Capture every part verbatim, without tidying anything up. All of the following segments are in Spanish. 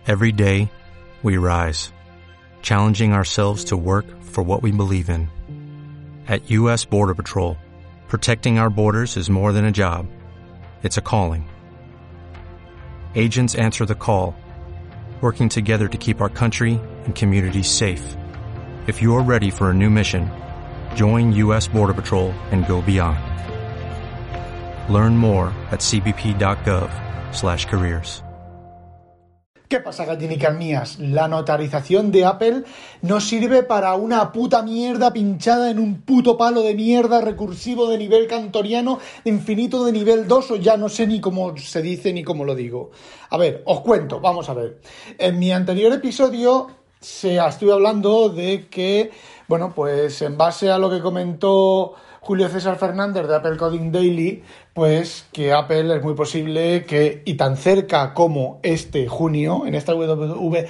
Every day, we rise, challenging ourselves to work for what we believe in. At U S Border Patrol, protecting our borders is more than a job. It's a calling. Agents answer the call, working together to keep our country and communities safe. If you're ready for a new mission, join U S Border Patrol and go beyond. Learn more at cbp.gov slash careers. ¿Qué pasa, gallinicas mías? La notarización de Apple nos sirve para una puta mierda pinchada en un puto palo de mierda recursivo de nivel cantoriano, de infinito de nivel dos, o ya no sé ni cómo se dice ni cómo lo digo. A ver, os cuento, vamos a ver. En mi anterior episodio se, estuve hablando de que, bueno, pues en base a lo que comentó Julio César Fernández de Apple Coding Daily, pues que Apple es muy posible que, y tan cerca como este junio, en esta W W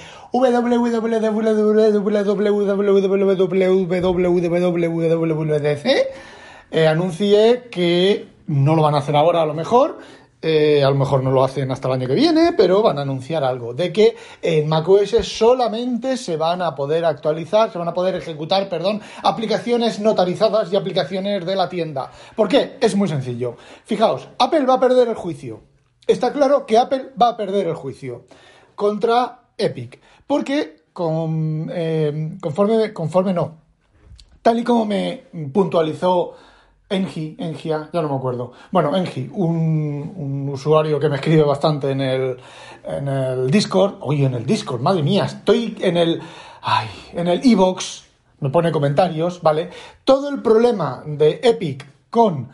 D C, eh, anuncie que no lo van a hacer ahora a lo mejor. Eh, a lo mejor no lo hacen hasta el año que viene, pero van a anunciar algo, de que en macOS solamente se van a poder actualizar, se van a poder ejecutar, perdón, aplicaciones notarizadas y aplicaciones de la tienda. ¿Por qué? Es muy sencillo. Fijaos, Apple va a perder el juicio. Está claro que Apple va a perder el juicio contra Epic, porque con, eh, conforme, conforme no, tal y como me puntualizó Engi, Engia, ya no me acuerdo. Bueno, Engi, un, un usuario que me escribe bastante en el, en el Discord. Oye, en el Discord, madre mía, estoy en el, ay, en el iVoox, me pone comentarios, ¿vale? Todo el problema de Epic con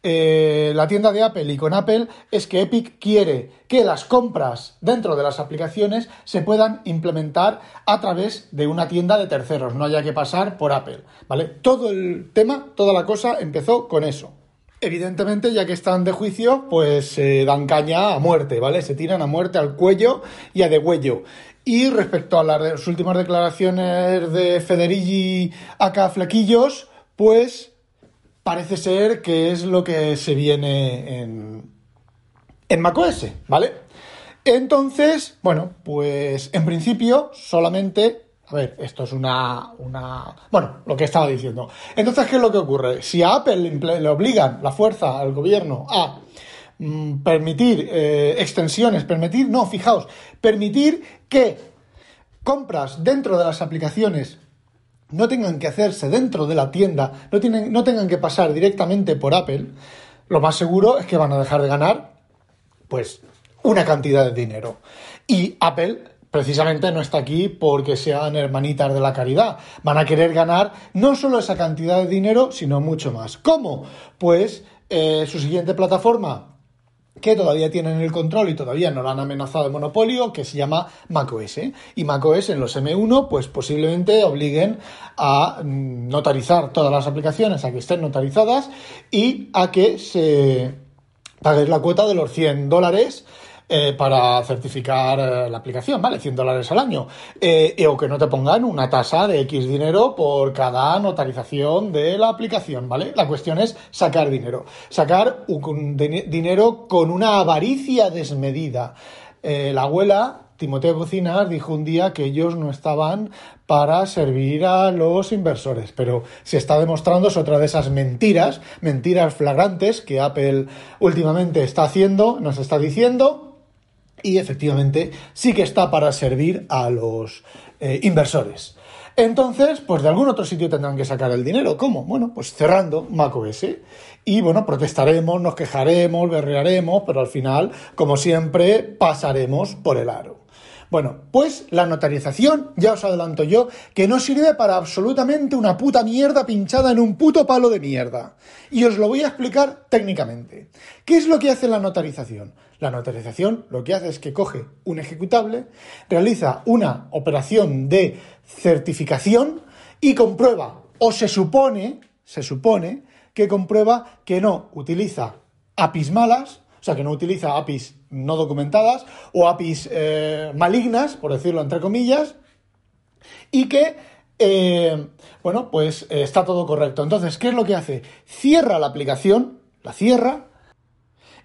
eh, la tienda de Apple y con Apple es que Epic quiere que las compras dentro de las aplicaciones se puedan implementar a través de una tienda de terceros, no haya que pasar por Apple, ¿vale? Todo el tema, toda la cosa empezó con eso. Evidentemente, ya que están de juicio, pues se eh, dan caña a muerte, ¿vale? Se tiran a muerte al cuello y a degüello. Y respecto a las últimas declaraciones de Federighi aka Flequillos, pues parece ser que es lo que se viene en, en macOS, ¿vale? Entonces, bueno, pues en principio solamente, a ver, esto es una, una... Bueno, lo que estaba diciendo. Entonces, ¿qué es lo que ocurre? Si a Apple le, le obligan la fuerza al gobierno a mm, permitir eh, extensiones, permitir, no, fijaos, permitir que compras dentro de las aplicaciones no tengan que hacerse dentro de la tienda, no, tienen, no tengan que pasar directamente por Apple, lo más seguro es que van a dejar de ganar, pues, una cantidad de dinero. Y Apple, precisamente, no está aquí porque sean hermanitas de la caridad. Van a querer ganar no solo esa cantidad de dinero, sino mucho más. ¿Cómo? Pues eh, su siguiente plataforma, que todavía tienen el control y todavía no lo han amenazado de monopolio, que se llama macOS. Y macOS en los eme uno, pues posiblemente obliguen a notarizar todas las aplicaciones, a que estén notarizadas y a que se pague la cuota de los cien dólares eh, para certificar eh, la aplicación, ¿vale? cien dólares al año. Eh, o que no te pongan una tasa de X dinero por cada notarización de la aplicación, ¿vale? La cuestión es sacar dinero. Sacar un, de, dinero con una avaricia desmedida. Eh, la abuela Timoteo Cocinas dijo un día que ellos no estaban para servir a los inversores, pero se está demostrando, es otra de esas mentiras, mentiras flagrantes que Apple últimamente está haciendo, nos está diciendo. Y efectivamente sí que está para servir a los eh, inversores. Entonces, pues de algún otro sitio tendrán que sacar el dinero. ¿Cómo? Bueno, pues cerrando macOS. Y bueno, protestaremos, nos quejaremos, berrearemos, pero al final, como siempre, pasaremos por el aro. Bueno, pues la notarización, ya os adelanto yo, que no sirve para absolutamente una puta mierda pinchada en un puto palo de mierda. Y os lo voy a explicar técnicamente. ¿Qué es lo que hace la notarización? La notarización lo que hace es que coge un ejecutable, realiza una operación de certificación y comprueba, o se supone, se supone que comprueba que no utiliza A P Is malas, o sea, que no utiliza A P Is no documentadas o A P Is eh, malignas, por decirlo entre comillas, y que, eh, bueno, pues eh, está todo correcto. Entonces, ¿qué es lo que hace? Cierra la aplicación, la cierra, y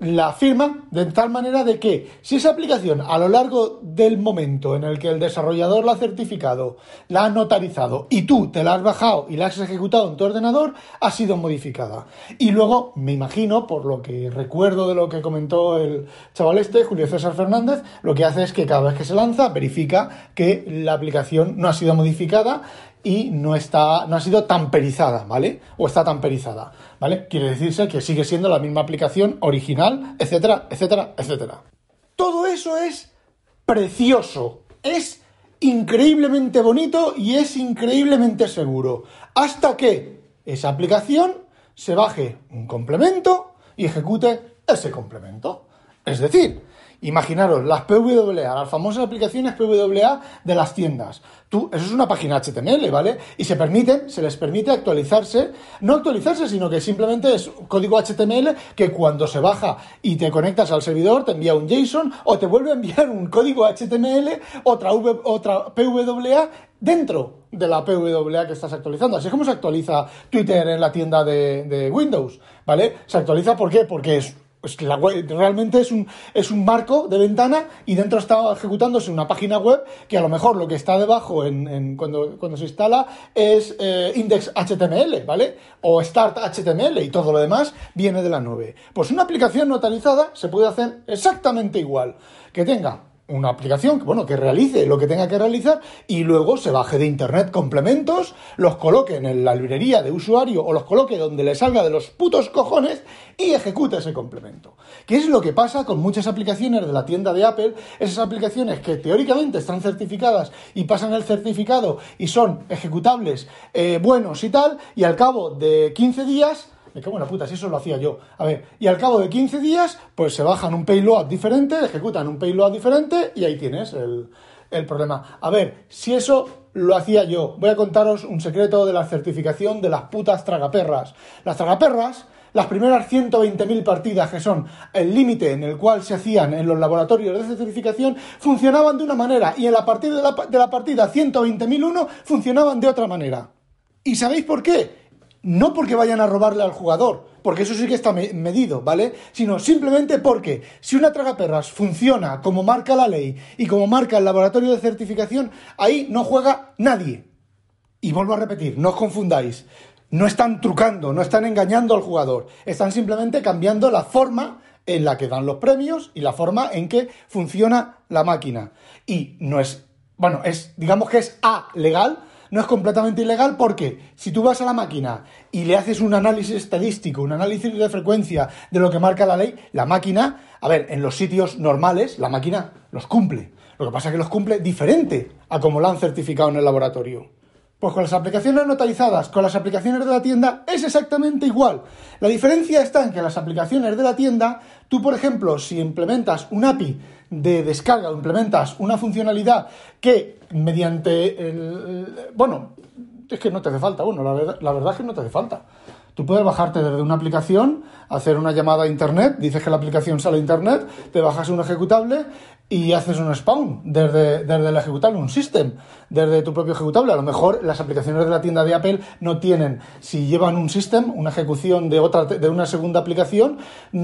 la firma de tal manera de que si esa aplicación a lo largo del momento en el que el desarrollador la ha certificado, la ha notarizado y tú te la has bajado y la has ejecutado en tu ordenador, ha sido modificada. Y luego, me imagino, por lo que recuerdo de lo que comentó el chaval este, Julio César Fernández, lo que hace es que cada vez que se lanza verifica que la aplicación no ha sido modificada y no está, no ha sido tamperizada, ¿vale? O está tamperizada, ¿vale? Quiere decirse que sigue siendo la misma aplicación original, etcétera, etcétera, etcétera. Todo eso es precioso, es increíblemente bonito y es increíblemente seguro. Hasta que esa aplicación se baje un complemento y ejecute ese complemento. Es decir, imaginaros las P W A, las famosas aplicaciones P W A de las tiendas. Tú, eso es una página H T M L, ¿vale? Y se permiten, se les permite actualizarse, no actualizarse, sino que simplemente es código H T M L que cuando se baja y te conectas al servidor te envía un JSON o te vuelve a enviar un código H T M L, otra, v, otra P W A dentro de la P W A que estás actualizando. Así es como se actualiza Twitter en la tienda de, de Windows, ¿vale? Se actualiza, ¿por qué? Porque es Pues que la web realmente es un, es un marco de ventana y dentro está ejecutándose una página web que a lo mejor lo que está debajo en, en cuando, cuando se instala es eh, index H T M L, ¿vale? O start H T M L y todo lo demás viene de la nube. Pues una aplicación notarizada se puede hacer exactamente igual. Que tenga una aplicación que, bueno, que realice lo que tenga que realizar y luego se baje de internet complementos, los coloque en la librería de usuario o los coloque donde le salga de los putos cojones y ejecute ese complemento. ¿Qué es lo que pasa con muchas aplicaciones de la tienda de Apple? Esas aplicaciones que teóricamente están certificadas y pasan el certificado y son ejecutables eh, buenos y tal, y al cabo de quince días... Me cago en la puta, si eso lo hacía yo. A ver, y al cabo de quince días, pues se bajan un payload diferente, ejecutan un payload diferente y ahí tienes el, el problema. A ver, si eso lo hacía yo, voy a contaros un secreto de la certificación de las putas tragaperras. Las tragaperras, las primeras ciento veinte mil partidas, que son el límite en el cual se hacían en los laboratorios de certificación, funcionaban de una manera y en la partida de la, de la partida ciento veinte mil uno funcionaban de otra manera. ¿Y sabéis por qué? No porque vayan a robarle al jugador, porque eso sí que está me- medido, ¿vale? Sino simplemente porque si una tragaperras funciona como marca la ley y como marca el laboratorio de certificación, ahí no juega nadie. Y vuelvo a repetir, no os confundáis. No están trucando, no están engañando al jugador. Están simplemente cambiando la forma en la que dan los premios y la forma en que funciona la máquina. Y no es, bueno, es, digamos que es A, legal. No es completamente ilegal porque si tú vas a la máquina y le haces un análisis estadístico, un análisis de frecuencia de lo que marca la ley, la máquina, a ver, en los sitios normales, la máquina los cumple. Lo que pasa es que los cumple diferente a como lo han certificado en el laboratorio. Pues con las aplicaciones notarizadas, con las aplicaciones de la tienda, es exactamente igual. La diferencia está en que las aplicaciones de la tienda, tú, por ejemplo, si implementas un A P I de descarga o implementas una funcionalidad que mediante el... Bueno, es que no te hace falta, bueno, la verdad, la verdad es que no te hace falta. Tú puedes bajarte desde una aplicación, hacer una llamada a internet, dices que la aplicación sale a internet, te bajas un ejecutable y haces un spawn desde, desde el ejecutable, un system, desde tu propio ejecutable. A lo mejor las aplicaciones de la tienda de Apple no tienen, si llevan un system, una ejecución de otra de una segunda aplicación,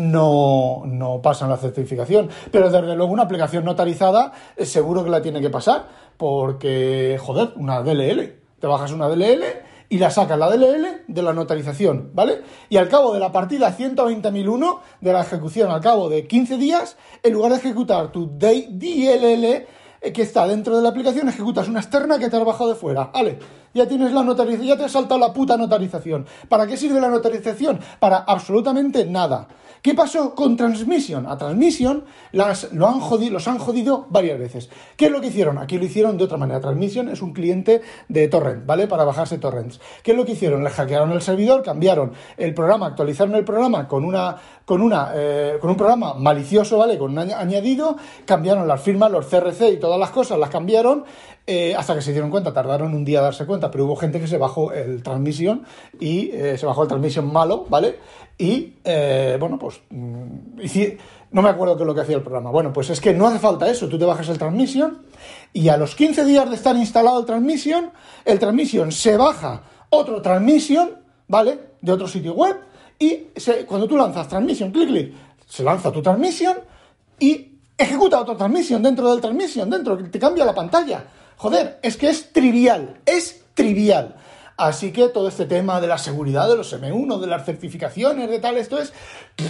no, no pasan la certificación. Pero desde luego una aplicación notarizada seguro que la tiene que pasar, porque, joder, una D L L. Te bajas una D L L y la sacas la D L L de la notarización, ¿vale? Y al cabo de la partida ciento veinte mil uno de la ejecución, al cabo de quince días, en lugar de ejecutar tu D L L que está dentro de la aplicación, ejecutas una externa que te has bajado de fuera. Vale, ya tienes la notarización, ya te has saltado la puta notarización. ¿Para qué sirve la notarización? Para absolutamente nada. ¿Qué pasó con Transmission? A Transmission las, lo han jodido, los han jodido varias veces. ¿Qué es lo que hicieron? Aquí lo hicieron de otra manera. Transmission es un cliente de torrent, ¿vale? Para bajarse torrents. ¿Qué es lo que hicieron? Le hackearon el servidor, cambiaron el programa, actualizaron el programa con una con una eh, con un programa malicioso, ¿vale? Con un añadido, cambiaron las firmas, los C R C y todas las cosas, las cambiaron eh, hasta que se dieron cuenta. Tardaron un día a darse cuenta, pero hubo gente que se bajó el Transmission y eh, se bajó el Transmission malo, ¿vale? Y, eh, bueno, pues, mmm, no me acuerdo qué es lo que hacía el programa. Bueno, pues es que no hace falta eso. Tú te bajas el Transmission y a los quince días de estar instalado el Transmission, el Transmission se baja otro Transmission, ¿vale? De otro sitio web y se, cuando tú lanzas Transmission, clic, clic, se lanza tu transmission y ejecuta otra transmission dentro del transmission, dentro, te cambia la pantalla. Joder, es que es trivial, es trivial. Así que todo este tema de la seguridad de los eme uno, de las certificaciones, de tal, esto es...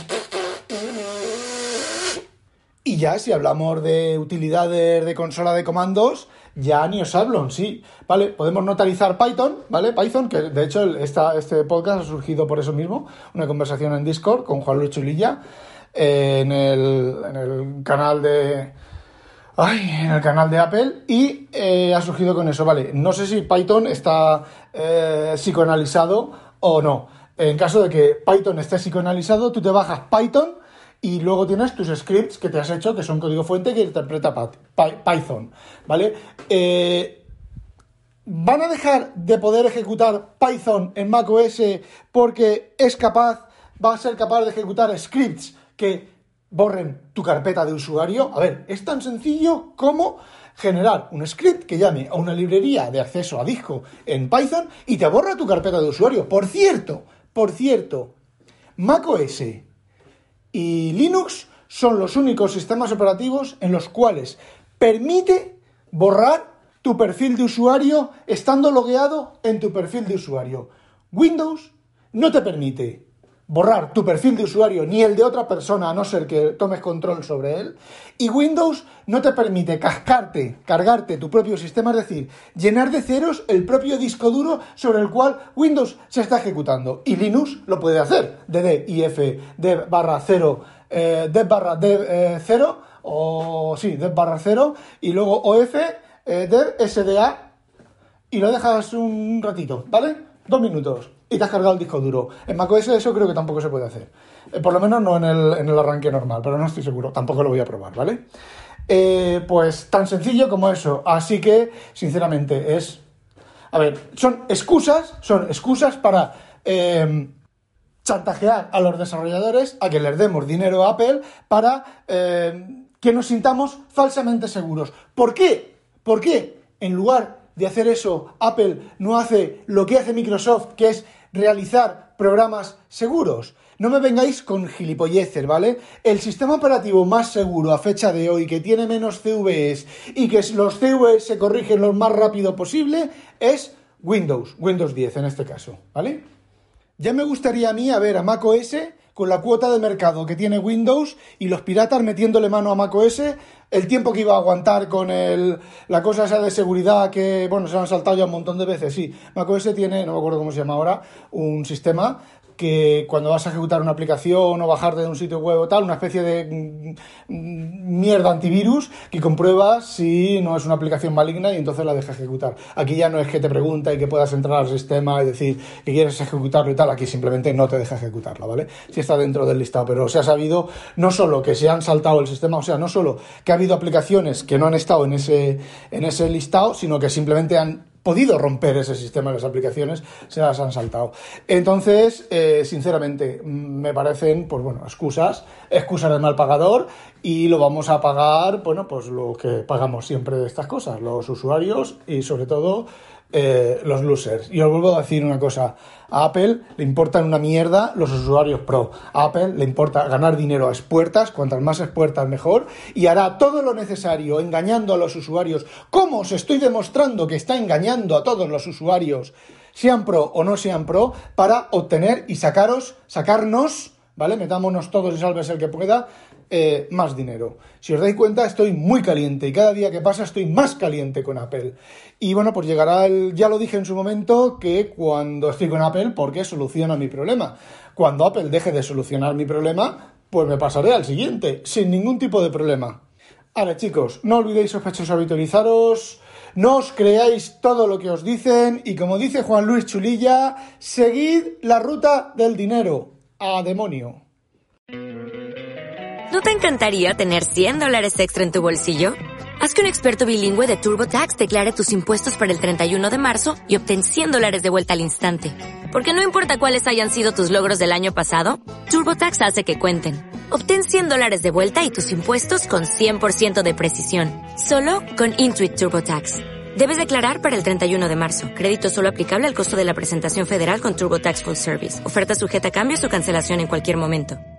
Y ya si hablamos de utilidades de consola de comandos, ya ni os hablo, sí. Vale, podemos notarizar Python, ¿vale? Python, que de hecho esta, este podcast ha surgido por eso mismo, una conversación en Discord con Juan Luis Chulilla, eh, en, el, en el canal de... Ay, en el canal de Apple, y eh, ha surgido con eso, vale. No sé si Python está eh, psicoanalizado o no. En caso de que Python esté psicoanalizado, tú te bajas Python y luego tienes tus scripts que te has hecho, que son código fuente que interpreta Python, ¿vale? Eh, ¿Van a dejar de poder ejecutar Python en macOS porque es capaz, va a ser capaz de ejecutar scripts que borren tu carpeta de usuario? A ver, es tan sencillo como generar un script que llame a una librería de acceso a disco en Python y te borra tu carpeta de usuario. Por cierto, por cierto, macOS y Linux son los únicos sistemas operativos en los cuales permite borrar tu perfil de usuario estando logueado en tu perfil de usuario. Windows no te permite borrar tu perfil de usuario ni el de otra persona a no ser que tomes control sobre él, y Windows no te permite cascarte, cargarte tu propio sistema, es decir, llenar de ceros el propio disco duro sobre el cual Windows se está ejecutando, y Linux lo puede hacer, dd if dev barra cero, eh, dev barra dev eh, cero, o sí, dev barra cero, y luego of eh, dev sda, y lo dejas un ratito, ¿vale? Dos minutos. Y te has cargado el disco duro. En macOS eso creo que tampoco se puede hacer. Eh, por lo menos no en el, en el arranque normal, pero no estoy seguro. Tampoco lo voy a probar, ¿vale? Eh, pues tan sencillo como eso. Así que, sinceramente, es... A ver, son excusas, son excusas para eh, chantajear a los desarrolladores a que les demos dinero a Apple para eh, que nos sintamos falsamente seguros. ¿Por qué? ¿Por qué? En lugar de hacer eso, Apple no hace lo que hace Microsoft, que es realizar programas seguros. No me vengáis con gilipolleces, ¿vale? El sistema operativo más seguro a fecha de hoy, que tiene menos C V Es y que los C V Es se corrigen lo más rápido posible, es Windows, Windows diez en este caso, ¿vale? Ya me gustaría a mí a ver a macOS con la cuota de mercado que tiene Windows y los piratas metiéndole mano a macOS, el tiempo que iba a aguantar con el, la cosa esa de seguridad que, bueno, se han saltado ya un montón de veces, sí. macOS tiene, no me acuerdo cómo se llama ahora, un sistema que cuando vas a ejecutar una aplicación o bajarte de un sitio web o tal, una especie de mierda antivirus que comprueba si no es una aplicación maligna y entonces la deja ejecutar. Aquí ya no es que te pregunta y que puedas entrar al sistema y decir que quieres ejecutarlo y tal, aquí simplemente no te deja ejecutarla, ¿vale? Si está dentro del listado, pero se ha sabido no solo que se han saltado el sistema, o sea, no solo que ha habido aplicaciones que no han estado en ese, en ese listado, sino que simplemente han podido romper ese sistema de las aplicaciones, se las han saltado. Entonces, eh, sinceramente, me parecen, pues bueno, excusas, excusas de mal pagador, y lo vamos a pagar, bueno, pues lo que pagamos siempre de estas cosas, los usuarios y sobre todo eh, los losers. Y os vuelvo a decir una cosa, a Apple le importan una mierda los usuarios pro, a Apple le importa ganar dinero a expuertas, cuantas más expuertas mejor, y hará todo lo necesario engañando a los usuarios, como os estoy demostrando que está engañando a todos los usuarios, sean pro o no sean pro, para obtener y sacaros, sacarnos, ¿vale? Metámonos todos y salves el que pueda, eh, más dinero. Si os dais cuenta, estoy muy caliente y cada día que pasa estoy más caliente con Apple. Y bueno, pues llegará el... Ya lo dije en su momento, que cuando estoy con Apple, porque soluciona mi problema. Cuando Apple deje de solucionar mi problema, pues me pasaré al siguiente, sin ningún tipo de problema. Ahora, chicos, no olvidéis, sospechosos, habitualizaros, no os creáis todo lo que os dicen y, como dice Juan Luis Chulilla, seguid la ruta del dinero. ¡A demonio! ¿No te encantaría tener cien dólares extra en tu bolsillo? Haz que un experto bilingüe de TurboTax declare tus impuestos para el treinta y uno de marzo y obtén cien dólares de vuelta al instante. Porque no importa cuáles hayan sido tus logros del año pasado, TurboTax hace que cuenten. Obtén cien dólares de vuelta y tus impuestos con cien por ciento de precisión. Solo con Intuit TurboTax. Debes declarar para el treinta y uno de marzo. Crédito solo aplicable al costo de la presentación federal con TurboTax Full Service. Oferta sujeta a cambios o cancelación en cualquier momento.